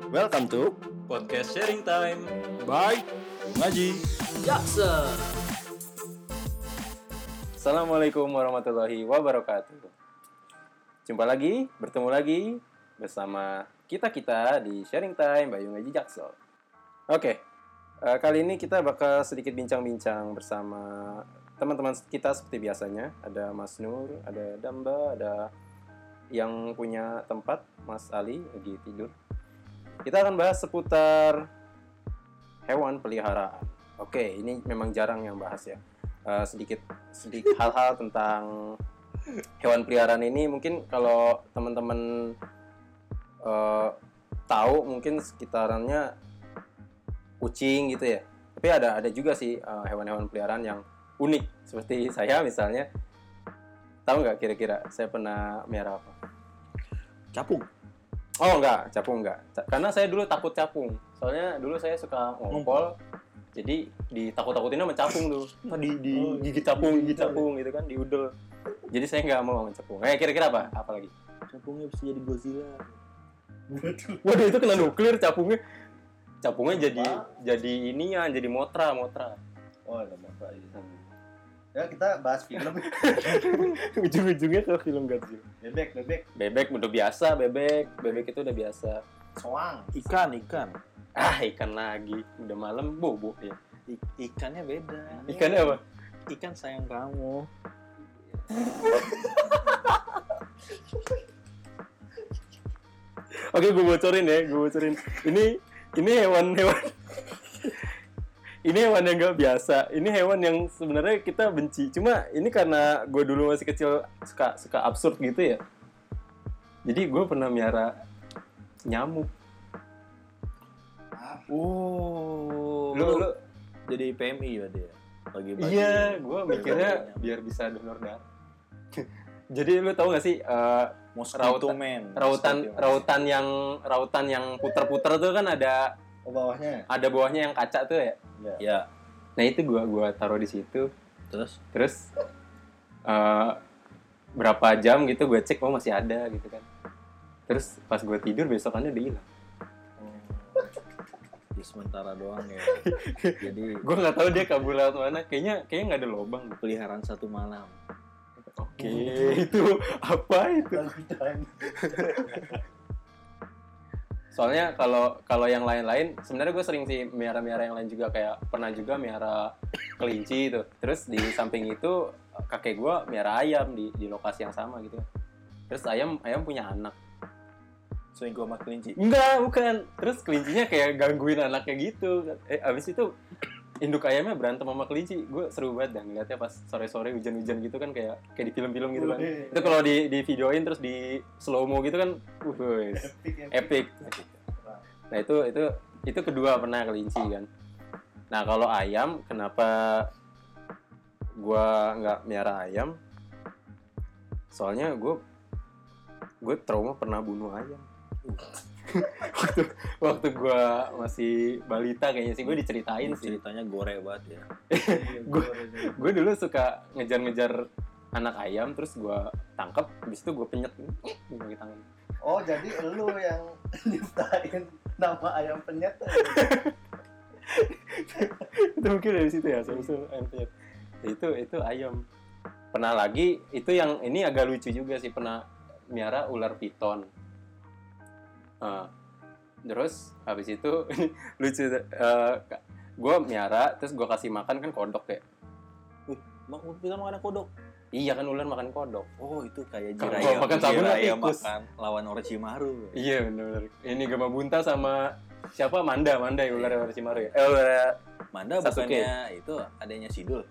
Welcome to Podcast Sharing Time Bye Ngaji Jackson. Assalamualaikum warahmatullahi wabarakatuh. Bertemu lagi bersama kita di Sharing Time Bayu Ngaji Jaksel. Oke, kali ini kita bakal sedikit bincang-bincang bersama teman-teman kita seperti biasanya. Ada Mas Nur, ada Damba, ada yang punya tempat, Mas Ali lagi tidur. Kita akan bahas seputar hewan peliharaan. Oke, ini memang jarang yang bahas ya. Sedikit hal-hal tentang hewan peliharaan ini mungkin kalau teman-teman tahu mungkin sekitarannya kucing gitu ya. Tapi ada juga sih hewan-hewan peliharaan yang unik seperti saya misalnya. Tahu nggak kira-kira saya pernah melihara apa? Capung. Oh enggak, capung enggak. Karena saya dulu takut capung. Soalnya dulu saya suka ngompol. Jadi ditakut-takutin sama capung tuh. Gigit capung gitu kan, diudel. Jadi saya nggak mau sama capung. Kira-kira apa? Apa lagi? Capungnya bisa jadi Godzilla. Waduh, itu kena nuklir capungnya. Capungnya jadi ininya, jadi motra. Oh, ada apa ini? Ya kita bahas film. Ujung-ujungnya ke film Godzilla. Bebek udah biasa, bebek itu udah biasa. Soang. Ikan. Ikan lagi. Udah malam bobo ya. Ikannya beda. Ikannya apa? Ikan sayang kamu. Oke, gue bocorin. Ini hewan. Ini hewan yang gak biasa. Ini hewan yang sebenarnya kita benci. Cuma ini karena gue dulu masih kecil suka absurd gitu ya. Jadi gue pernah miara nyamuk. Lu jadi PMI ya dia. Bagi-bagi. Iya, gue mikirnya biar bisa donor darah. Jadi lu tahu gak sih rautan yang puter-puter tuh kan ada Bawahnya. Ada bawahnya yang kaca tuh ya. Ya. Nah itu gua taruh di situ. Terus berapa jam gitu gue cek masih ada gitu kan. Terus pas gue tidur besokannya udah hilang. Di sementara doang ya. Jadi Gue nggak tahu dia kabur lewat mana. Kayaknya nggak ada lubang. peliharaan satu malam. Oke, itu apa itu? Soalnya kalau yang lain-lain, sebenarnya gue sering sih miara yang lain juga, kayak pernah juga miara kelinci itu. Terus di samping itu kakek gue miara ayam di lokasi yang sama gitu. Terus ayam punya anak. Selingkuh sama kelinci. Enggak, bukan. Terus kelincinya kayak gangguin anaknya gitu. Abis itu induk ayamnya berantem sama kelinci. Gue seru banget dah ngeliatnya pas sore-sore hujan-hujan gitu kan, kayak di film-film gitu kan. Itu kalau di videoin terus di slow mo gitu kan, epic. Nah itu kedua pernah kelinci kan. Nah kalau ayam, kenapa gue nggak miara ayam? Soalnya gue trauma pernah bunuh ayam. waktu gue masih balita kayaknya sih gue diceritain sih. Ceritanya gore banget ya. gue dulu suka ngejar anak ayam, terus gue tangkap, habis itu gue penyet pakai tangan. Oh, jadi lu yang nyiptain nama ayam penyet. Itu mungkin dari situ ya, soal ayam penyet. Itu ayam. Pernah lagi, itu yang ini agak lucu juga sih, pernah miara ular piton. Terus habis itu lucu, gue miara terus gue kasih makan kan kodok ya. Kita makan kodok. Iya kan, ular makan kodok. Oh, itu kayak Kalau Jiraiya. makan sabun Jiraiya tikus. makan lawan Orochimaru. Iya benar. Ini Gamabunta sama siapa, Manda ya, ular Orochimaru ya. Ular Manda Sasuke. bukannya itu adanya Sidul.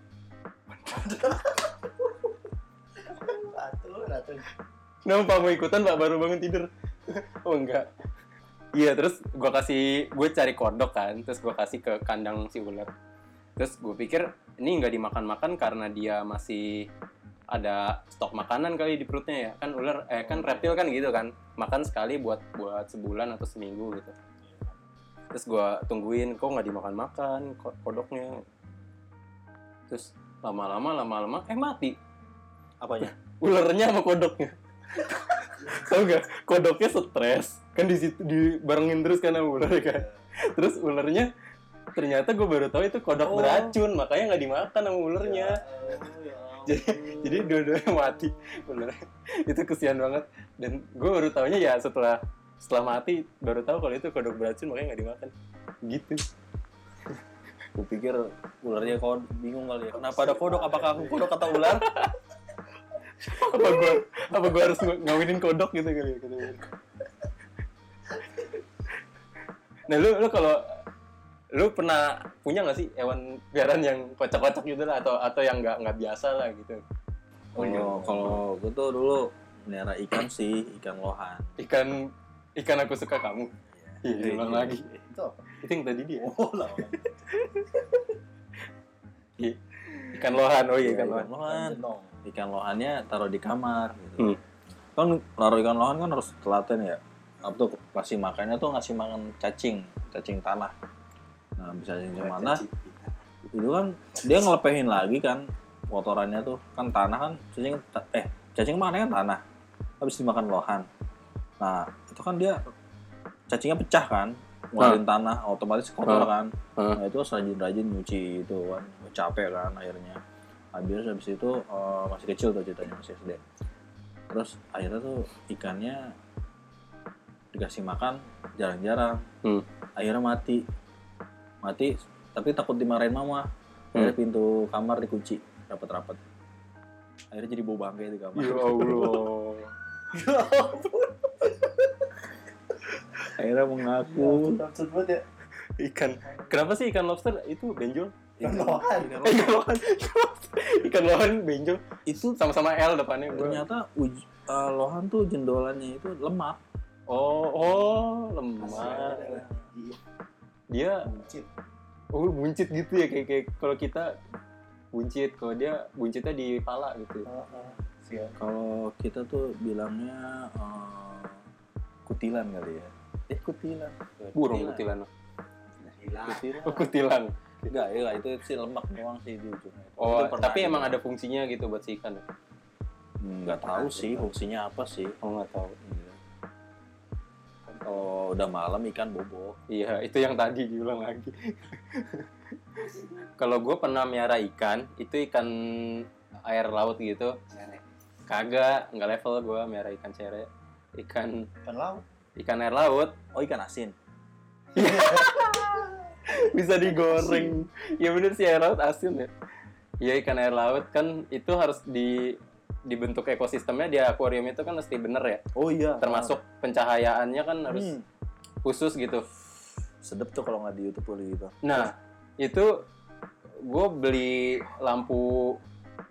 Ratu. Kenapa mau ikutan Pak, baru bangun tidur? Oh enggak. Iya, terus gue cari kodok kan, terus gue kasih ke kandang si ular. Terus gue pikir ini nggak dimakan-makan karena dia masih ada stok makanan kali di perutnya ya. Kan ular kan reptil kan gitu kan, makan sekali buat sebulan atau seminggu gitu. Terus gue tungguin kok nggak dimakan kodoknya. Terus lama-lama mati. Apanya? Ularnya sama kodoknya. Tau gak? Kodoknya stres. Kan di situ dibarengin terus kan sama ular kan. Terus ularnya ternyata gue baru tahu itu kodok beracun, makanya nggak dimakan sama ularnya. Jadi dua-duanya mati ularnya. Itu kesian banget. Dan gue baru taunya ya setelah mati baru tahu kalau itu kodok beracun, makanya nggak dimakan. Gitu. Gue pikir ularnya bingung kali ya. Kenapa ada kodok? Apakah aku kodok atau ular? apa gue harus ngawinin kodok gitu kali ya. Nah lu kalau lu pernah punya nggak sih hewan peliharaan yang kocak-kocak gitu lah atau yang nggak biasa lah gitu? Kalau gue tuh dulu melihara ikan sih, ikan lohan. Ikan aku suka kamu. Iya, ulang lagi. Itu apa? Itu yang tadi dia. Oh lah. Ikan lohan, oh iya ikan lohan. Jenong. Ikan lohannya taruh di kamar gitu. Kan naruh ikan lohan kan harus telaten ya. Apa tuh kasih makannya tuh ngasih makan cacing tanah. Nah, bisa cacing mana? Itu kan dia ngelepehin lagi kan kotorannya tuh. Kan tanah kan cacing makannya kan tanah. Habis dimakan lohan. Nah, itu kan dia cacingnya pecah kan, ngeluarin tanah, otomatis kotor kan. Nah itu rajin-rajin nyuci itu kan, capek kan akhirnya. Habis itu masih kecil tuh ceritanya, masih SD. Terus akhirnya tuh ikannya dikasih makan jarang-jarang. Akhirnya mati, tapi takut dimarahin mama. Akhirnya pintu kamar dikunci rapat-rapat. Akhirnya jadi bau bangkai di kamar. Ya Allah. Akhirnya mengaku Absurd banget ya. Ikan. Kenapa sih ikan lobster itu benjol? Ikan lohan. Ikan lohan benjol. itu Sama-sama L depannya. ternyata lohan tuh jendolannya itu lemak. Oh, lemak. Dia Buncit. buncit gitu ya kayak kalau kita buncit, kalau dia buncitnya di pala gitu. Siap. Kalau kita tuh bilangnya kutilan kali ya. Kutilan. Burung kutilan. Kutilan. Oh, kutilan. Enggak, itu sih lemak doang sih di ujungnya. Oh, Itu pernah tapi emang juga. ada fungsinya gitu buat si ikan. Nggak tahu sih fungsinya apa sih. Oh, nggak tahu. Iya. Kan kalau udah malam ikan bobo. Iya, itu yang tadi diulang lagi. Kalau gue pernah miara ikan, itu ikan air laut gitu. Kagak, nggak level gue miara ikan cere. Ikan laut. Ikan air laut. Oh, ikan asin. Bisa digoreng. Ya bener sih, air laut asin ya. Iya, ikan air laut kan itu harus dibentuk ekosistemnya di akuarium itu kan mesti bener ya. Oh iya. Termasuk pencahayaannya kan harus khusus gitu. Sedep tuh kalau nggak di YouTube boleh gitu. Nah, itu gue beli lampu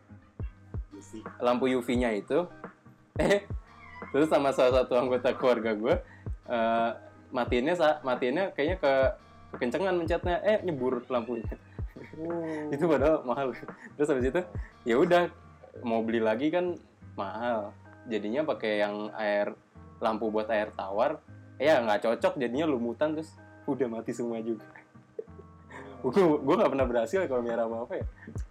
UV-nya itu. Terus sama salah satu anggota keluarga gue matiinnya kayaknya kekencengan mencetnya, nyebur lampunya. Itu padahal mahal. Terus habis itu ya udah mau beli lagi kan mahal, jadinya pakai yang lampu buat air tawar, ya nggak cocok, jadinya lumutan, terus udah mati semua juga. Gue nggak pernah berhasil kalau miara apa ya.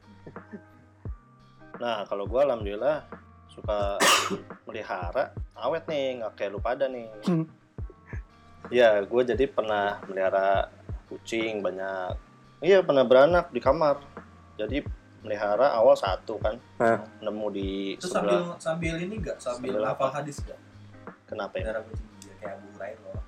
Nah, kalau gue alhamdulillah suka melihara awet nih, nggak kayak lu pada nih. Ya, gue jadi pernah melihara kucing banyak. Iya, pernah beranak di kamar. Jadi melihara awal satu kan, nemu di Terus sebelah. sambil ini enggak? Sambil Sambil hafal hadis enggak? Kenapa ya? Darah kucing dia kayak Abu Hurairah.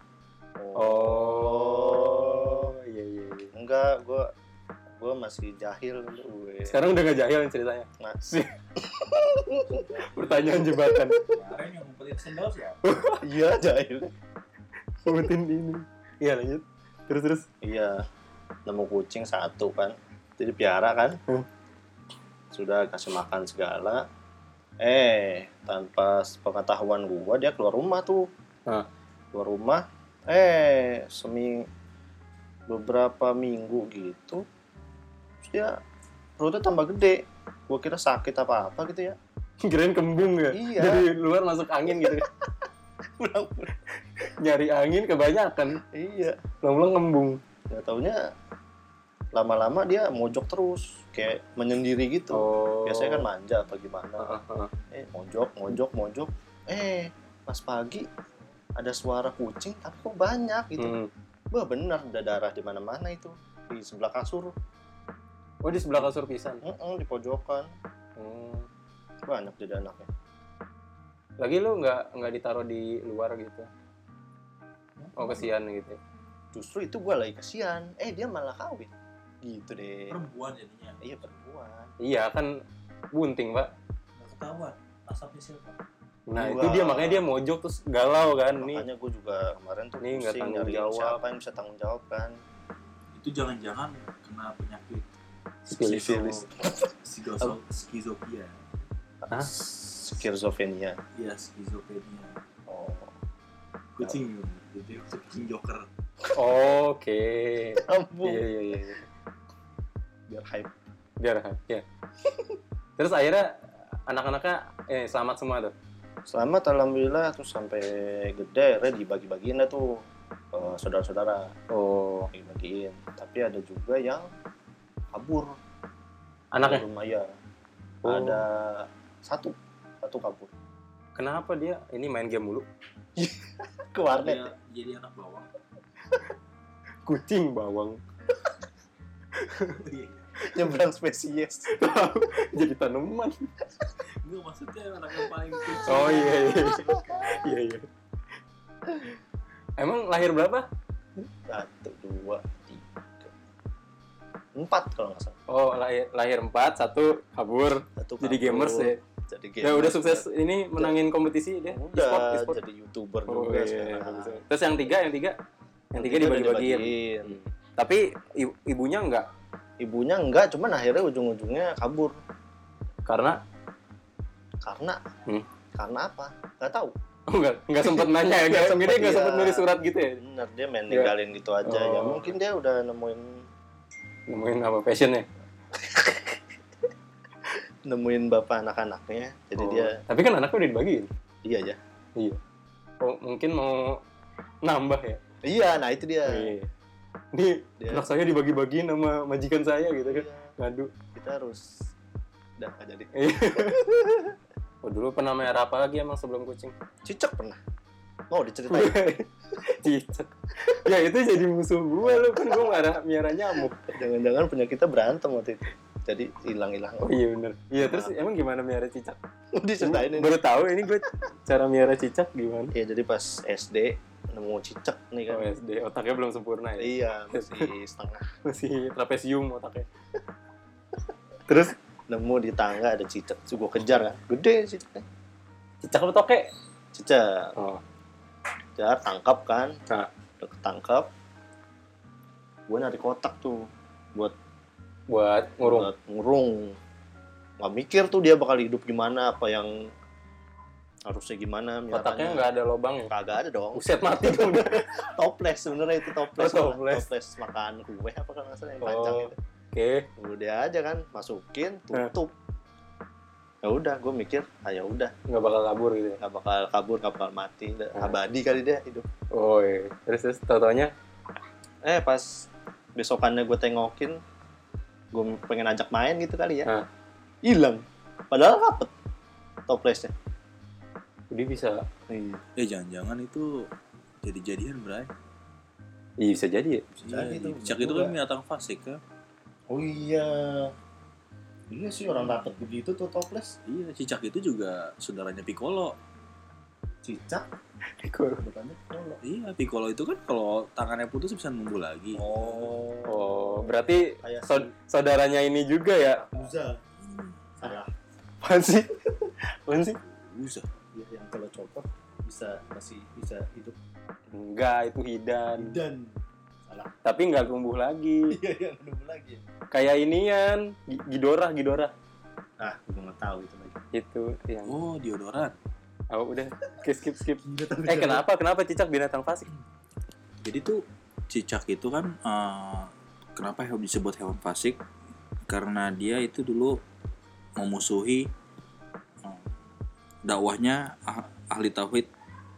Oh, iya. Enggak, gue masih jahil gue. Sekarang udah nggak jahil ceritanya. Masih. Pertanyaan jembatan. Kemarin yang ngumpetin sendal siapa? Iya, jahil. Ngumpetin ini. Iya, lanjut. Terus. Iya, nemu kucing satu kan, jadi piara kan, sudah kasih makan segala, tanpa pengetahuan gua dia keluar rumah tuh, keluar rumah, beberapa minggu gitu, terus dia perutnya tambah gede, gua kira sakit apa gitu ya. Kirain kembung ya? Iya. Dari luar masuk angin gitu. Nyari angin kebanyakan. Iya, Pulang-pulang kembung. nggak taunya lama-lama dia mojok terus, kayak menyendiri gitu. Biasanya kan manja apa gimana. Mojok. pas pagi ada suara kucing tapi kok banyak gitu. Wah bener ada darah di mana-mana itu di sebelah kasur. Oh di sebelah kasur pisan. Di pojokan. Banyak jadi anaknya. Lagi lu nggak ditaruh di luar gitu? Oh kesian gitu. Justru itu gue lagi kasihan. Dia malah kawin. Gitu deh. Perempuan jadinya. Iya perempuan. Iya kan bunting pak. Nggak ketahuan. Asapnya siapa? Nah Gua. itu dia makanya dia mojok terus galau kan nih. Makanya gue juga kemarin tuh Nih, nggak pusing tanggung nyari jawab. siapa yang bisa tanggung jawab kan. Itu jangan-jangan kena penyakit Sifilis. skizofrenia. Hah? Skizofrenia. Iya, skizofrenia. Oh. Kucing jadi kucing joker. Oke. Ampun. Iya. Biar hype. Biar ya. Terus akhirnya anak-anaknya selamat semua tuh. Selamat alhamdulillah terus sampai gede akhirnya dibagi-bagiin dah tuh saudara-saudara. Oh. Dibagi-bagiin. Tapi ada juga yang kabur. Anaknya? Lumayan. Oh. Ada satu kabur. Kenapa dia ini main game mulu? Ke warnet. Dia jadi anak bawang. Kucing bawang. Nyebrang spesies. Jadi tanaman. Enggak, maksudnya anak yang paling kecil. Oh iya. Iya. Emang lahir berapa? 1, 2, 3, 4 kalau nggak salah. Oh lahir 4, 1 kabur. Satu Jadi kabur. gamers ya. Jadi Ya udah sukses ini menangin kompetisi dia. Udah E-sport. jadi YouTuber Oh, juga iya. sekarang. Terus yang tiga dibagi-bagiin. Tapi ibunya enggak Ibunya enggak, cuman akhirnya ujung-ujungnya kabur. karena Karena apa? Nggak tahu. enggak sempat nanya ya. Enggak Iya. sempat nulis surat gitu ya. Bener, dia main ninggalin gitu aja. Ya Oh. mungkin dia udah Nemuin apa passionnya. nemuin bapak anak-anaknya. Jadi Oh. dia Tapi kan anaknya udah dibagiin. iya aja. Iya. Oh, mungkin mau nambah ya. Iya, nah itu dia. Iya. Nih, Dia- anak saya dibagi-bagiin sama majikan saya gitu kan. Iya, Ngadu. kita harus udah nggak jadi. Oh, dulu pernah merah apa lagi emang sebelum kucing? Cicak pernah. Mau diceritain? Cicak. Ya itu jadi musuh gue lu kan gue miara nyamuk. Jangan-jangan punya kita berantem waktu itu. Jadi hilang-hilang. Oh iya bener. Iya terus emang gimana miara cicak? Diceritain ini. Baru tahu ini gue cara miara cicak gimana? Iya, jadi pas SD nemu cicak nih kan. Oh SD otaknya belum sempurna ya. Iya, masih setengah. Masih trapesium otaknya. Terus Nemu di tangga ada cicak. Terus gue kejar kan. Gede cicaknya. cicak lu toke. Cicak. Oh. Kejar, tangkap kan. Nah. Udah ketangkap. Gue nyari kotak tuh. Buat ngurung. Buat ngurung. Nggak mikir tuh dia bakal hidup gimana. Apa yang harusnya gimana. Kotaknya nggak ada lubangnya. Kagak ada dong. Buset mati dong. Toples sebenarnya itu toples. Oh, toples. Toples makan kue apa kan nggak salah yang panjang Oh. itu. Oke. Udah aja kan, masukin, tutup. Ya udah, gue mikir, ya udah, Nggak bakal kabur gitu ya. nggak bakal kabur, nggak bakal mati, udah abadi kali dia hidup. Oh iya. Terus tau-taunya Pas besokannya gue tengokin, gue pengen ajak main gitu kali ya, Hah. hilang. Padahal dapet toplesnya. dia bisa. Jangan-jangan itu jadi-jadian, Bray. Iya bisa jadi ya. Jadi tuh, Cicak itu kan binatang fasik kan. Oh iya. Iya sih orang dapat begitu tuh toples. Iya, cicak itu juga saudaranya Piccolo. Cicak. Bukannya kalau. Iya, Piccolo itu kan kalau tangannya putus bisa numbuh lagi. Oh, berarti Kayak saudaranya ini juga ya? Buza. Salah. Apaan sih? Apaan sih? Bisa. Iya, yang kalau copot masih bisa hidup. Enggak, itu hidan. Dan salah. Tapi nggak tumbuh lagi. Iya, yang nunggu lagi. Kayak inian, Ghidorah. Ah, gue nggak tahu itu lagi. Itu yang. Oh, deodoran. Oh, udah. Skip. Kenapa cicak binatang fasik? Jadi tuh cicak itu kan kenapa disebut hewan fasik? Karena dia itu dulu memusuhi dakwahnya ahli tauhid,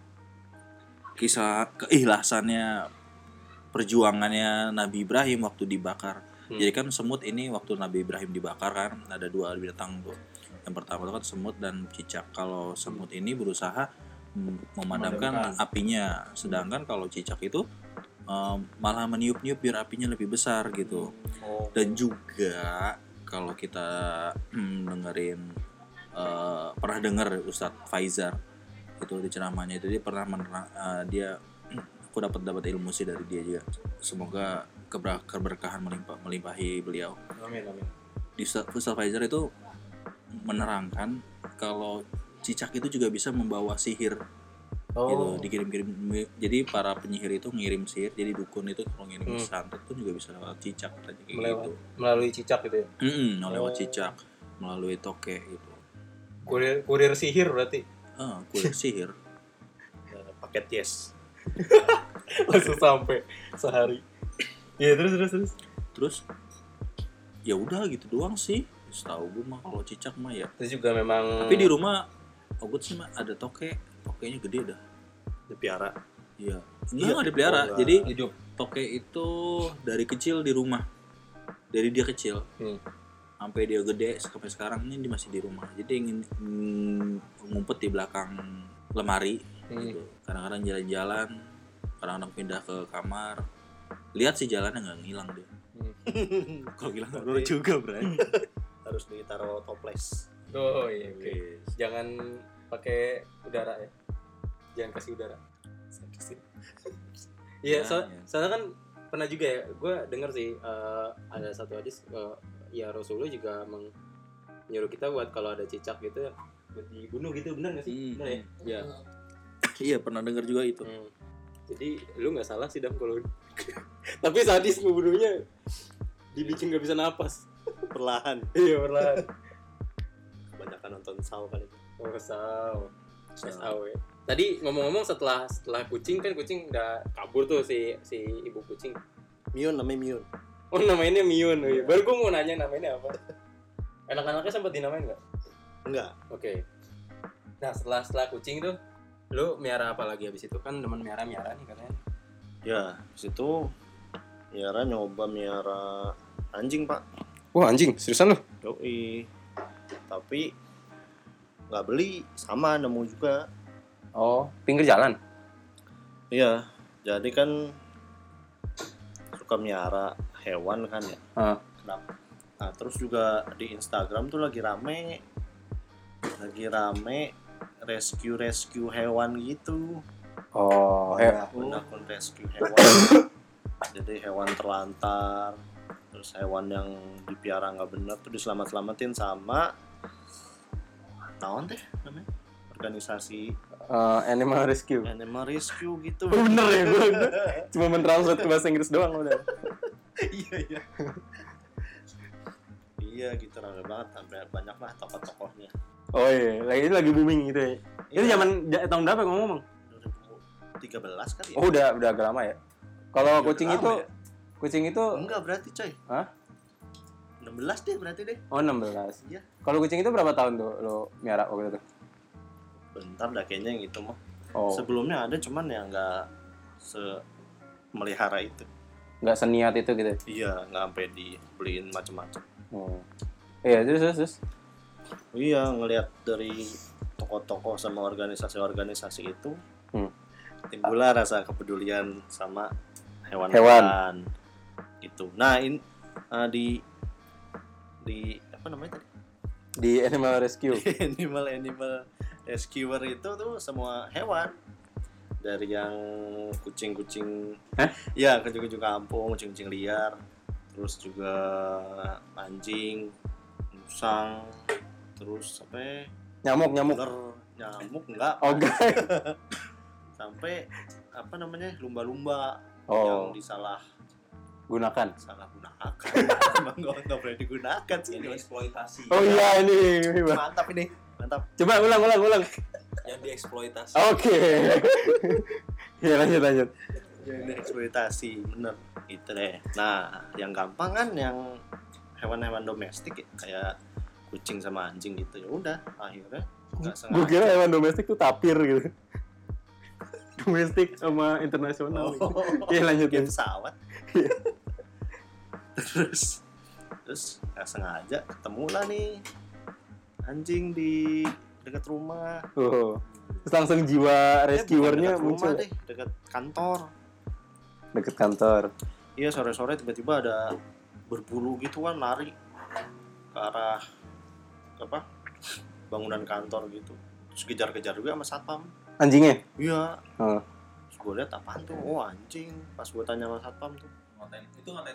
kisah keikhlasannya, perjuangannya Nabi Ibrahim waktu dibakar. Jadi kan semut ini waktu Nabi Ibrahim dibakar kan ada 2 binatang tuh. Yang pertama itu kan semut dan cicak. Kalau semut ini berusaha memadamkan apinya. Sedangkan kalau cicak itu malah meniup-niup biar apinya lebih besar gitu. Dan juga kalau kita dengerin pernah dengar Ustadz Faizar itu di ceramahnya itu dia pernah aku dapat ilmu sih dari dia juga. Semoga keberkahan melimpahi beliau. Amin. Di Ustadz Faizar itu menerangkan kalau cicak itu juga bisa membawa sihir. Gitu, dikirim-kirim. Jadi para penyihir itu ngirim sihir. Jadi dukun itu kalau ngirim santet pun juga bisa lewat cicak tadi kayak gitu. Melalui cicak gitu ya. Lewat cicak, melalui tokek gitu. Kurir sihir berarti. Kurir sihir. Paket yes. Langsung sampai sehari. Iya, terus. Ya udah gitu doang sih. Setahu gue mah kalau cicak mah ya. Terus juga memang. Tapi di rumah Ogut sih mah ada tokeknya gede dah. Dipiara. Iya. Enggak dipelihara. Jadi hidup. Tokek itu dari kecil di rumah. Dari dia kecil. Sampai dia gede sampai sekarang ini dia masih di rumah. Jadi ingin ngumpet di belakang lemari gitu. Kadang-kadang jalan-jalan, kadang-kadang pindah ke kamar. Lihat sih jalannya enggak ngilang dia. Kalau hilang menurut juga, Bray. Harus ditaruh toples. Oh iya, oke. Jangan pakai udara ya. Jangan kasih udara. Iya, soalnya kan pernah juga ya, gue denger sih ada satu hadis ya Rasulullah juga menyuruh kita buat kalau ada cicak gitu ya buat dibunuh gitu, benar nggak sih? Benar ya? Iya. Iya, pernah dengar juga itu. Jadi lu nggak salah sih Dam kalau tapi sadis ngebunuhnya dibikin nggak bisa napas. Perlahan. Iya, perlahan. Kebanyakan nonton Saw kali. Oh, Saw ya. Tadi ngomong-ngomong setelah kucing kan kucing udah kabur tuh si ibu kucing. Namanya Miun. Oh, namanya Miun. Oh, iya. Baru gue mau nanya namanya apa. Anak-anaknya sempat dinamain nggak? Enggak. Oke. Nah, setelah kucing tuh lu miara apa lagi habis itu? Kan demen miara nih katanya. Ya, habis itu nyoba miara anjing, Pak. Wah, anjing, seriusan lu? Yoi. Tapi nggak beli, sama nemu juga. Oh, pinggir jalan? Iya, jadi kan suka miara hewan kan ya. Kenapa? Nah, terus juga di Instagram tuh lagi rame rescue hewan gitu. Oh, akun rescue hewan. Jadi hewan terlantar, terus hewan yang dipiara nggak benar tuh diselamat-selamatin sama naon deh namanya organisasi Animal Rescue gitu. Bener ya, gue cuma mentranslate ke bahasa Inggris doang udah. Iya gitu, rame banget, sampai banyak lah tokoh-tokohnya. Oh iya, lagi booming gitu ya. Itu zaman tahun berapa ngomong? 2013 kali ya. Oh, udah agak lama ya. Kalau kucing itu enggak berarti coy. Hah? 16 deh berarti deh. Oh, 16. Iya. Kalau kucing itu berapa tahun tuh lo miara waktu itu? Bentar dah kayaknya yang itu mah. Oh. Sebelumnya ada cuman yang enggak melihara itu. Enggak seniat itu gitu. Iya, enggak sampai dibeliin macam-macam. Oh. Iya, terus. Iya, ngelihat dari tokoh-tokoh sama organisasi-organisasi itu, timbullah rasa kepedulian sama hewan-hewan gitu. Nah, di apa namanya tadi? Di Animal Rescue. Animal Rescuer itu tuh semua hewan. Dari yang kucing-kucing, ya kucing-kucing kampung, kucing-kucing liar, terus juga anjing, musang, terus sampai nyamuk enggak. Oh, enggak. Sampai apa namanya lumba-lumba yang salah gunakan. Emang nggak boleh digunakan sih. Ini eksploitasi. Oh iya, ini mantap. Coba ulang. Yang dieksploitasi. Oke. Ya lanjut. Ini eksploitasi bener gitu deh. Nah, yang gampang kan yang hewan-hewan domestik ya, kayak kucing sama anjing gitu. Ya udah, akhirnya nggak sengaja. Gue kira hewan domestik tuh tapir gitu. Domestik sama internasional. Iya, lanjut. Kayak pesawat. terus nggak sengaja ketemu lah nih anjing di dekat rumah. Terus langsung jiwa rescuernya dekat muncul. rumah deh, dekat kantor. Deket kantor. Iya, sore-sore tiba-tiba ada berbulu gitu kan, lari ke arah apa bangunan kantor gitu. Terus kejar-kejar juga sama satpam. Anjingnya? Iya. Oh. Terus gue liat apaan tuh, oh anjing. Pas gue tanya sama satpam tuh, Ngatain.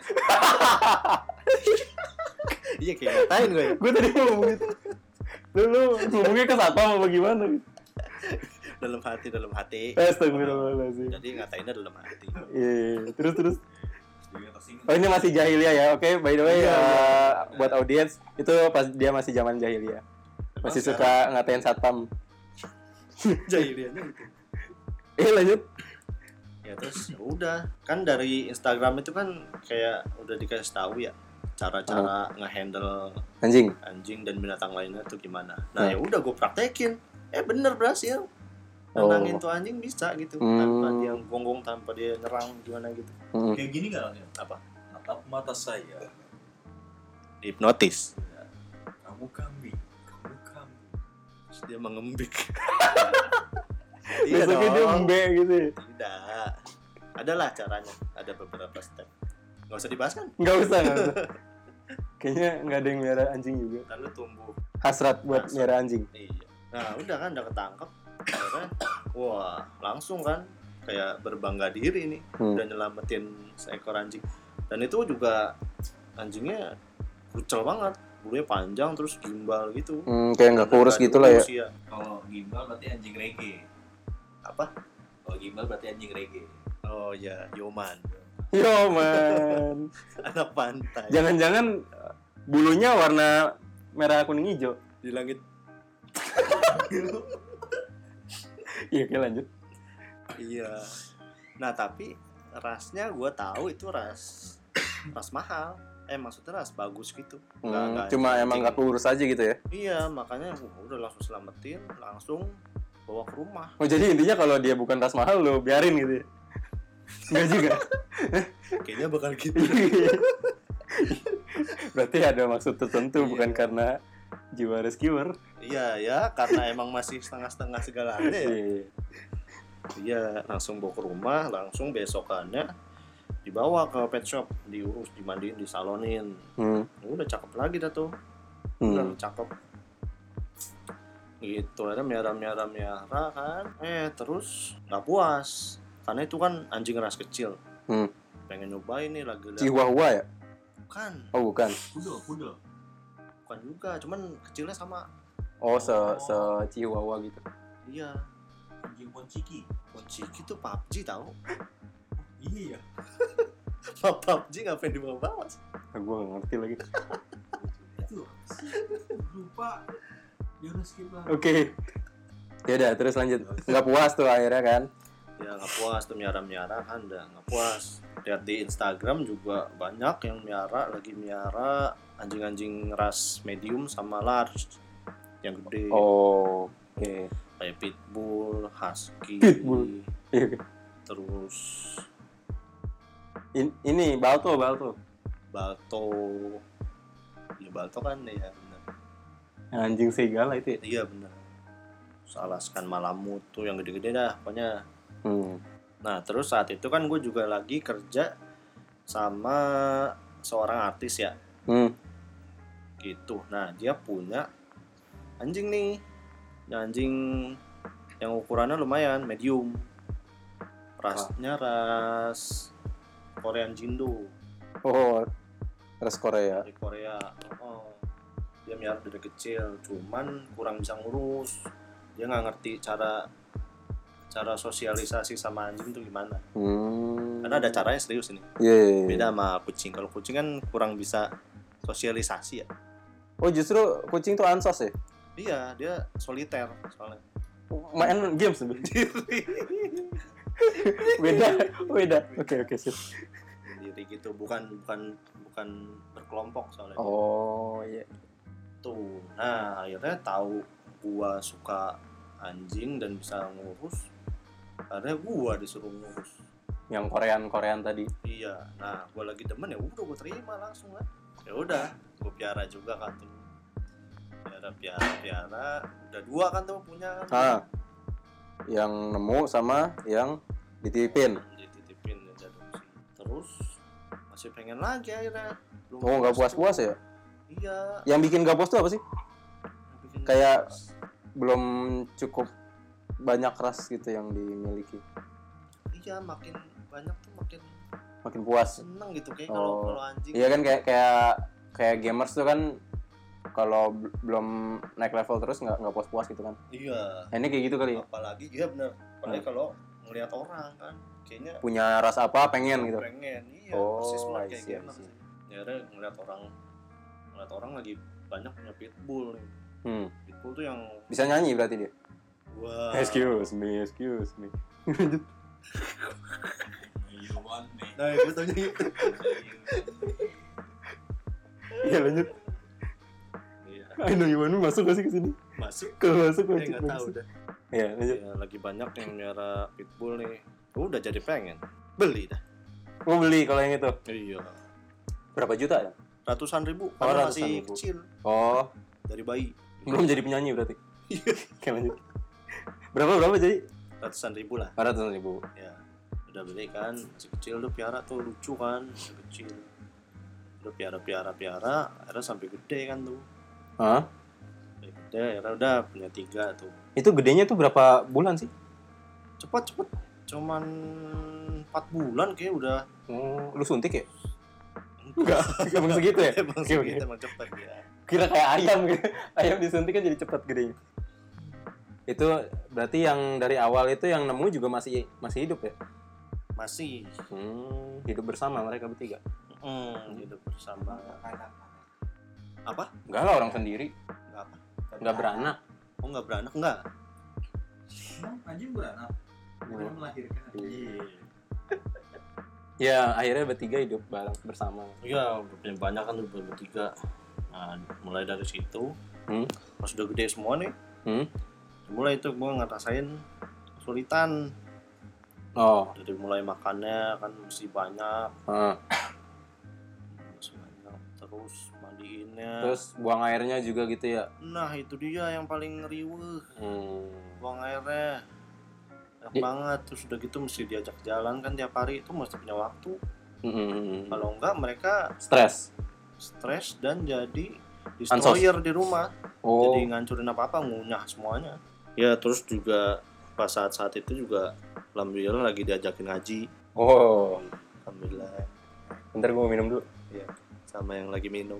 iya kayak ngatain gue ya. Gue tadi mau ngomong gitu. Lu ngomongnya ke satpam apa gimana? dalam hati. Astagfirullahaladzim. Jadi ngatainnya dalam hati. Iya. Terus. Oh ini masih jahiliyah ya, oke. By the way, buat audiens itu pas dia masih zaman jahiliyah, masih suka ngatain satpam. Jahiliannya gitu. Lanjut. Ya terus ya udah, kan dari Instagram itu kan kayak udah dikasih tahu ya cara-cara ngehandle Anjing. anjing dan binatang lainnya tuh gimana. Nah ya udah gue praktekin, bener berhasil. Nendangin tuh anjing bisa gitu, tanpa dia gonggong, tanpa dia nyerang gimana gitu. Kayak gini nggak Lan? Apa? Natap mata saya. Hipnotis. Kamu kambing. Terus dia mengembik. Besoknya dia embe gitu ya? Tidak. Adalah caranya, ada beberapa step. Gak usah dibahas kan? Nggak usah. Kayaknya nggak ada yang miara anjing juga. Ntar lu tumbuh. Hasrat buat miara anjing. Iya. Nah udah kan, udah ketangkep. Akhirnya, wah langsung kan kayak berbangga diri nih, udah nyelamatin seekor anjing. Dan itu juga anjingnya kucel banget, bulunya panjang terus gimbal gitu. Kayak nggak kurus gitu lah ya. Iya. Kalau gimbal berarti anjing reggae. Apa? Kalau gimbal berarti anjing reggae. Oh ya, Yoman. Yo man. Anak pantai. Jangan-jangan bulunya warna merah kuning hijau. Di langit. Iya, oke lanjut. Iya. Nah tapi rasnya gue tahu itu ras mahal. Maksudnya ras bagus gitu. Nggak Cuma anjing. emang nggak kurus aja gitu ya. Iya, makanya udah langsung selamatin, langsung bawa ke rumah. Oh jadi intinya kalau dia bukan ras mahal lo biarin gitu ya? Enggak juga. Kayaknya bakal gitu. Berarti ada maksud tertentu, bukan karena jiwa rescuer. Iya ya, karena emang masih setengah-setengah segalanya ya. Iya. Iya, langsung bawa ke rumah, langsung besokannya dibawa ke pet shop, diurus, dimandiin, disalonin. Udah cakep lagi dah tuh. Udah cakep. Gitu, ada miara kan. Terus nggak puas. Karena itu kan anjing ras kecil. Pengen nyobain nih lagi. Chihuahua ya? Bukan. Oh bukan. Pudel. Bukan juga, cuman kecilnya sama. Oh se Chihuahua gitu. Iya. Anjing Ponchiki. Ponchiki tuh PUBG tau. Iya. PUBG ngapain dibawa-bawa sih? Gue gak ngerti lagi. Itu lupa. Ya udah skip lah. Oke. Ya udah terus lanjut. Nggak puas tuh akhirnya kan? Ya nggak puas tuh miara kan, udah nggak puas. Lihat di Instagram juga banyak yang lagi miara anjing-anjing ras medium sama large yang gede. Oh, oke. Kayak pitbull, husky, Pitbull. Iya. terus Ini Balto. Balto. Ya Balto kan ya benar. Anjing serigala itu ya? Iya benar. Alaskan Malamut tuh yang gede-gede dah pokoknya. Nah terus saat itu kan gue juga lagi kerja sama seorang artis ya. Gitu. Nah dia punya anjing nih. Anjing yang ukurannya lumayan medium. Rasnya ras Korean Jindo. Oh, ras Korea. Dari Korea. Dia miara dari kecil, cuman kurang bisa ngurus. Dia nggak ngerti cara sosialisasi sama anjing tuh gimana. Karena ada caranya serius ini. Yeah. Beda sama kucing. Kalau kucing kan kurang bisa sosialisasi ya. Oh justru kucing tuh ansos ya? Iya, dia soliter soalnya. Main game sendiri. Beda. Oke sip. Sendiri gitu, bukan berkelompok soalnya. Oh iya. Tuh. Nah, akhirnya tahu gua suka anjing dan bisa ngurus. Akhirnya gua disuruh ngurus. Yang Korean tadi. Iya. Nah, gua lagi demen ya udah gua terima langsung lah. Ya udah, gua piara juga kan tuh. Piara. Udah 2 kan tuh punya kan. Yang nemu sama yang dititipin. Dititipin ya adopsi. Terus masih pengen lagi akhirnya. Belum Oh, nggak puas-puas ya? Iya. Yang bikin nggak puas tuh apa sih? Bikin Kayak puas. belum cukup banyak ras gitu yang dimiliki. Iya, makin banyak tuh Makin puas. seneng gitu kayak Oh. kalau anjing. Iya kan kayak gamers tuh kan kalau belum naik level terus nggak puas-puas gitu kan. Iya. Nah, ini kayak gitu kali ya. Apalagi iya bener. Apalagi kalau ngelihat orang kan kayaknya Punya ras apa pengen gitu. pengen. Iya, Oh, persis banget I kayak see, I gamer. see. Ya udah ngelihat orang lagi banyak punya pitbull nih. Pitbull tuh yang Bisa nyanyi berarti dia. wah. Excuse me. You want me. Nah, gue taunya gitu. Iya lanjut. Iya. I know you want me masuk gak sih ke sini? Masuk. Kalau masuk Enggak tahu dah. Iya lanjut. Ya, lagi banyak yang miara pitbull nih. Udah jadi pengen. Beli dah. Mau beli kalau yang itu. Iya. Berapa juta ya? Ratusan ribu. Oh, Karena ratusan masih ribu. kecil. Oh, Dari bayi. belum jadi penyanyi berarti. Oke lanjut. Berapa jadi? Ratusan ribu lah. 400.000. Ya. Udah beli kan. Masih kecil tuh piara tuh lucu kan. Masih kecil. Udah piara. Akhirnya sampai gede kan tuh. Hah? Sampai gede. Akhirnya udah punya 3 tuh. Itu gedenya tuh berapa bulan sih? Cepet. Cuman 4 bulan kayak udah. Oh, lu suntik ya? Enggak, emang segitu ya? Emang Oke, segitu, oke. emang cepet ya. Kira kayak ayam gitu. Ayam disuntik kan jadi cepat gedenya. Itu berarti yang dari awal itu yang nemu juga masih hidup ya? Masih. Hidup bersama mereka bertiga. Hidup bersama. Apa? Enggak lah, orang sendiri. Enggak apa? Enggak beranak. Oh, enggak beranak? Enggak. Emang anjing beranak. Bukan melahirkan. Iya. Ya, akhirnya bertiga hidup bareng bersama. Iya, udah punya banyak kan udah bertiga. Nah, mulai dari situ, pas udah gede semua nih, mulai itu gue ngerasain kesulitan. Oh. Dari mulai makannya kan mesti banyak, terus mandiinnya. Terus buang airnya juga gitu ya? Nah, itu dia yang paling ngeriweh. Buang airnya enak Di- banget. Terus udah gitu mesti diajak jalan kan tiap hari, itu mesti punya waktu. Kalau enggak mereka Stres. stres dan jadi destroyer di rumah. Oh. Jadi ngancurin apa-apa, ngunyah semuanya. Ya terus juga pas saat-saat itu juga alhamdulillah lagi diajakin ngaji. Oh. Alhamdulillah. Bentar gue mau minum dulu. Ya, sama yang lagi minum.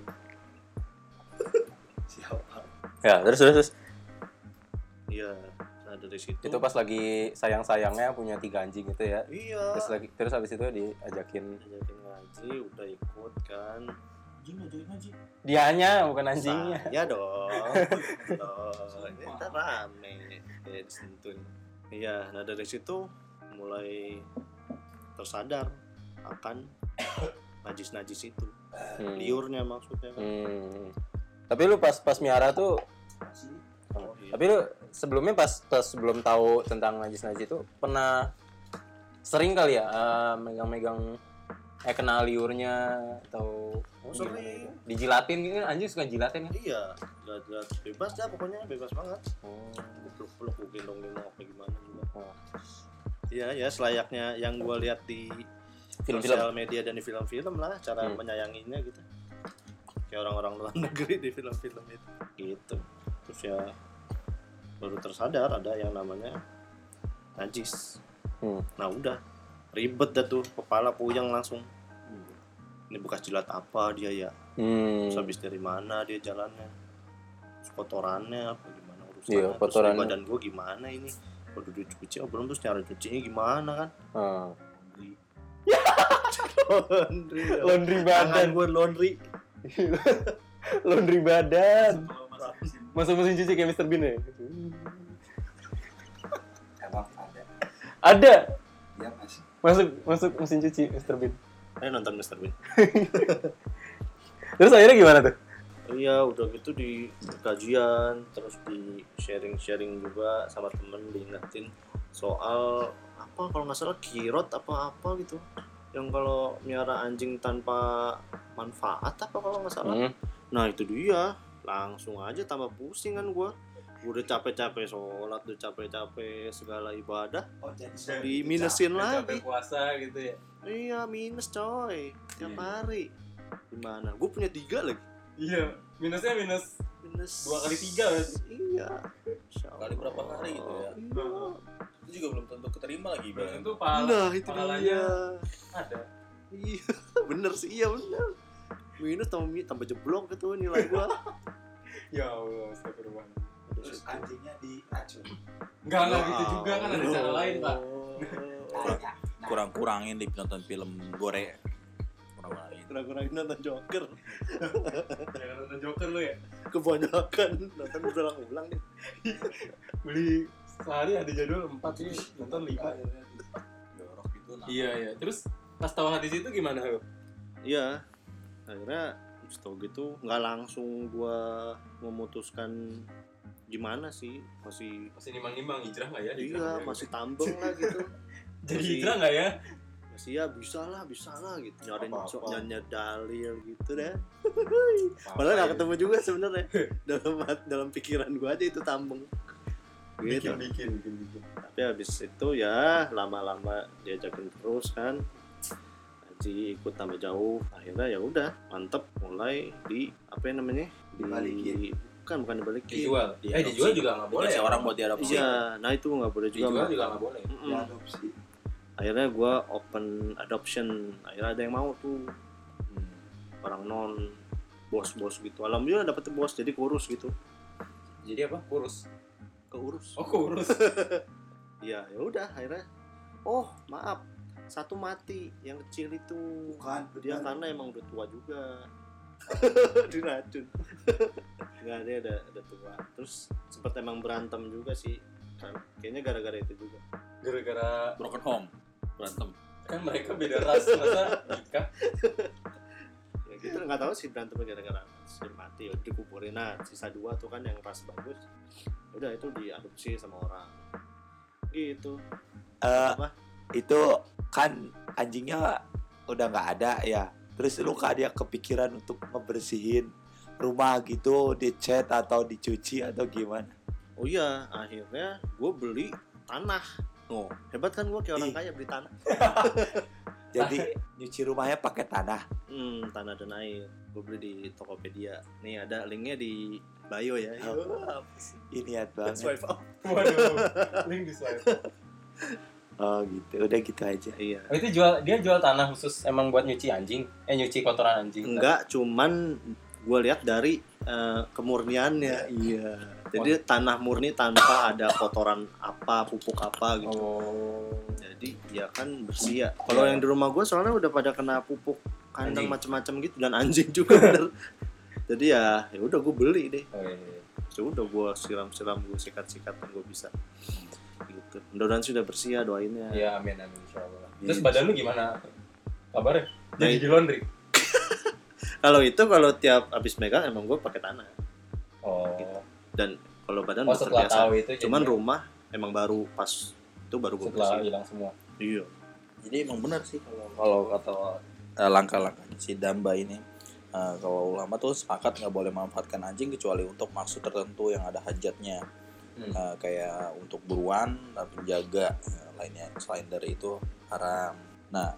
Siapa? Ya, terus. Iya, nah dari situ. Itu pas lagi sayang-sayangnya punya 3 anjing gitu ya. Iya. Terus habis itu diajakin. Diajakin ngaji, udah ikut kan. Anjing ngajakin ngaji. Dianya bukan anjingnya. Saya dong. Loh, ini ntar rame kayak disentuh. Iya, nah dari situ mulai tersadar akan najis-najis itu. Liurnya maksudnya kan. Tapi lu pas miara tuh, Oh, iya. tapi lu sebelumnya pas sebelum tahu tentang najis-najis itu pernah sering kali ya megang-megang kena liurnya atau sering. gimana gitu? Dijilatin gitu, anjing suka jilatin kan? Iya, jilat bebas dah pokoknya, bebas banget. Oh. Gue peluk-peluk, gue gendong-gendong apa gimana juga. Oh. Iya, ya selayaknya yang gue lihat di Film-film. sosial media dan di film-film lah, cara menyayanginya gitu. Kayak orang-orang luar negeri di film-film itu. Gitu. Terus ya baru tersadar ada yang namanya najis. Nah udah ribet dah tuh, kepala puyeng langsung. Ini bekas jilat apa dia ya? Terus habis dari mana dia jalannya? Terus kotorannya apa gimana urusannya? Iya, Terus kotorannya. di badan gue gimana ini? Kalau dicuci, belum terus cara cucinya gimana kan? Laundry Tangan badan. gue laundry. Laundry badan. Kalau masak mesin Masuk mesin cuci kayak Mr. Bean ya? emang ada. Ada. Iya masih. Masuk mesin cuci Mr. Bean. Ayo nonton Mr. Bean. Terus akhirnya gimana tuh? Iya, udah gitu di kajian, terus di sharing-sharing juga sama temen, diingetin soal apa kalau nggak salah kirot apa gitu, yang kalau miara anjing tanpa manfaat apa kalau nggak salah. Nah itu dia, langsung aja tambah pusing kan gue Udah capek-capek sholat, udah capek-capek segala ibadah, Oh, jadi diminusin Udah lagi. capek puasa gitu ya. Iya, minus coy. Tiap hari. Gimana? Gue punya 3 lagi. Iya, minusnya minus Minus 2 kali 3 berarti. Iya. Insya Kali berapa hari gitu ya? Iya. Itu juga belum tentu keterima lagi Belum ibaratnya. tentu pahala, Nah, itu pahalanya dia. ada. Iya, bener sih, iya bener. Minus tambah jeblok gitu nilai gua. Ya Allah, astagfirullah. Terus anjingnya diracun. Enggak gitu juga kan ada cara lain, Pak. Kurang-kurangin di nonton film gore. Kurang-kurangin. Kurang-kurangin nonton Joker. Jangan nonton Joker lu ya. Kebanyakan nonton berulang-ulang nih. Beli sehari ada jadwal 4 sih, nonton 5. Jorok gitu. Nah. Iya. Terus pas tahu hadis itu gimana lu? Iya. Akhirnya setelah gitu nggak langsung gua memutuskan gimana sih, masih Masih nimbang-nimbang hijrah enggak ya? iya masih tambeng lah gitu. Jadi masih- hijrah enggak ya? Masih ya bisa lah gitu. Nyari Apa-apa. nyanyi dalil gitu deh. Padahal nggak ketemu juga sebenarnya. dalam pikiran gua aja itu tambeng. Gitu. Bikin. Tapi habis itu ya lama-lama diajakin terus kan, Haji ikut tambah jauh. Akhirnya ya udah mantep, mulai di apa yang namanya Dibalikin. bukan dibalikin. Dijual. Dijual juga enggak boleh. Dikasih orang buat diadopsi. Iya, nah itu nggak boleh juga. Dijual Mak. juga enggak boleh. Mm-mm. Diadopsi. Akhirnya gue open adoption. Akhirnya ada yang mau tuh orang non bos gitu. Alhamdulillah dapet bos, jadi kurus gitu. Jadi apa? Kurus. Keurus. Oh, kurus. Iya, ya udah akhirnya. Oh maaf, satu mati yang kecil itu. Bukan, Dia bener. karena emang udah tua juga. Diracun. Nggak, dia ada tua. Terus sempet emang berantem juga sih. Kayaknya gara-gara itu juga. Gara-gara Broken home. Berantem. kan mereka beda ras, masa nikah. Ya gitu nggak tahu sih berantemnya gara-gara si mati. Udah dikuburin. Nah sisa 2 tuh kan yang ras bagus. Udah itu diadopsi sama orang. Gitu. Apa? Itu kan anjingnya udah nggak ada ya. Terus lu kan dia kepikiran untuk ngebersihin rumah gitu, dicat atau dicuci atau gimana? Oh iya, akhirnya gue beli tanah. Oh, hebat kan gue kayak orang kaya beli tanah. Jadi nyuci rumahnya pakai tanah. Tanah dan air. Gue beli di Tokopedia. Nih ada linknya di bio ya. Ini niat banget. Swipe up. Waduh, link di swipe. Oh gitu, udah gitu aja. Iya. Oh, itu dia jual tanah khusus emang buat nyuci anjing? Nyuci kotoran anjing? Enggak, cuman gue lihat dari kemurniannya. Iya. Jadi tanah murni tanpa ada kotoran apa, pupuk apa gitu. Oh. Jadi ya kan bersih ya. Kalau yang di rumah gue soalnya udah pada kena pupuk kandang Anjing. macam-macam gitu dan anjing juga bener. Jadi ya udah gue beli deh. Oh, iya. Ya udah gue siram-siram, gue sikat-sikat dan gue bisa. Gitu. Mudah-mudahan sudah bersih ya, doain ya. Ya, amin insyaallah. Iya. Terus badan lu gimana? Kabarnya? Jadi Baik. di laundry. Kalau tiap habis megang emang gue pakai tanah. Oh. Dan kalau badan Oh, udah setelah terbiasa. tahu itu Cuman jadinya rumah emang baru pas itu baru gue setelah bersih. hilang semua. Iya. Jadi emang benar sih kalau kata langkah-langkah si Damba ini, kalau ulama tuh sepakat nggak boleh memanfaatkan anjing kecuali untuk maksud tertentu yang ada hajatnya, kayak untuk buruan dan penjaga, lainnya selain dari itu haram. Nah,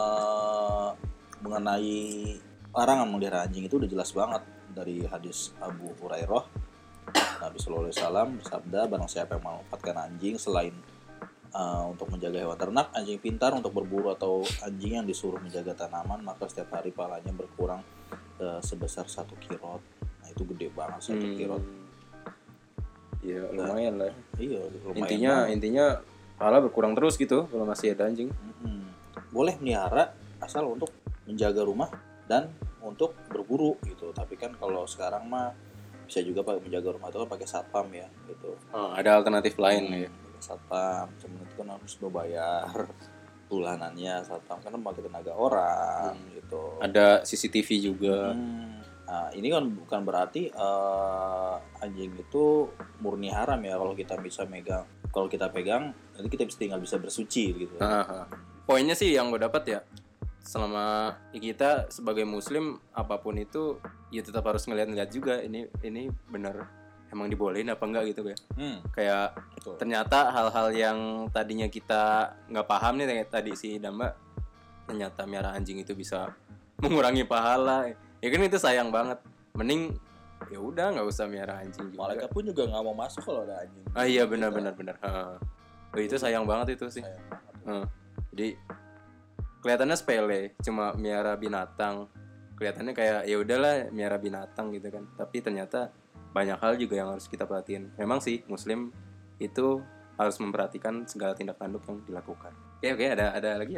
mengenai larangan memelihara anjing itu udah jelas banget dari hadis Abu Hurairah. Nabi Sallallahu Alaihi Wasallam bersabda, barang siapa yang memanfaatkan anjing selain untuk menjaga hewan ternak, anjing pintar untuk berburu atau anjing yang disuruh menjaga tanaman, maka setiap hari pahalanya berkurang sebesar 1 kirot. Nah itu gede banget 1 kirot. Iya, lumayan lah. Iya, lumayan Intinya pahala berkurang terus gitu kalau masih ada anjing. Boleh melihara asal untuk menjaga rumah dan untuk berburu gitu. Tapi kan kalau sekarang mah bisa juga pakai menjaga rumah itu kan pakai satpam ya gitu. Ada alternatif lain ya. Satpam, cuman itu kan harus berbayar bulanannya. Satpam kan memakai tenaga orang gitu. Ada CCTV juga. Nah, ini kan bukan berarti anjing itu murni haram ya kalau kita bisa megang. Kalau kita pegang, nanti kita tinggal bisa bersuci gitu. Poinnya sih yang gue dapat ya, selama kita sebagai muslim apapun itu ya tetap harus ngeliat juga ini benar emang dibolehin apa enggak gitu ya. Kayak Betul. ternyata hal-hal yang tadinya kita nggak paham nih, kayak tadi si Damba, ternyata miara anjing itu bisa mengurangi pahala. Ya kan itu sayang banget. Mending ya udah nggak usah miara anjing juga. Malaikat pun juga nggak mau masuk kalau ada anjing. Ah iya benar. Itu sayang banget itu sih. Sayang banget. Jadi kelihatannya sepele, cuma miara binatang. Kelihatannya kayak ya udahlah miara binatang gitu kan. Tapi ternyata banyak hal juga yang harus kita perhatiin. Memang sih Muslim itu harus memperhatikan segala tindak tanduk yang dilakukan. Oke, ada lagi.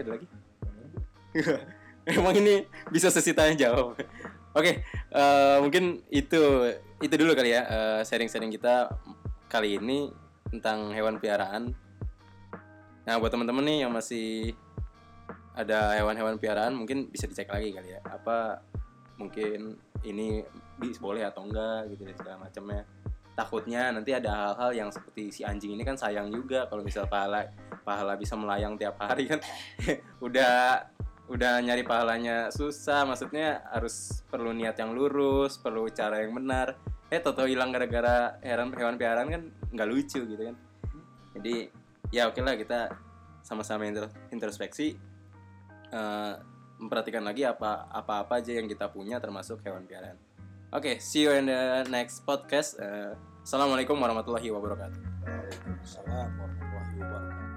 Emang ini bisa sesi tanya jawab. Oke, mungkin itu dulu kali ya sharing-sharing kita kali ini tentang hewan peliharaan. Nah, buat teman-teman nih yang masih ada hewan-hewan peliharaan, mungkin bisa dicek lagi kali ya. Apa mungkin ini boleh atau enggak gitu dan segala macamnya. Takutnya nanti ada hal-hal yang seperti si anjing ini kan sayang juga kalau misal pahala bisa melayang tiap hari kan. udah nyari pahalanya susah, maksudnya harus perlu niat yang lurus, perlu cara yang benar. Toto hilang gara-gara hewan peliharaan kan nggak lucu gitu kan. Jadi ya oke lah, kita sama-sama introspeksi, memperhatikan lagi apa aja yang kita punya termasuk hewan peliharaan. Oke, see you in the next podcast. Assalamualaikum warahmatullahi wabarakatuh. Waalaikumsalam warahmatullahi wabarakatuh.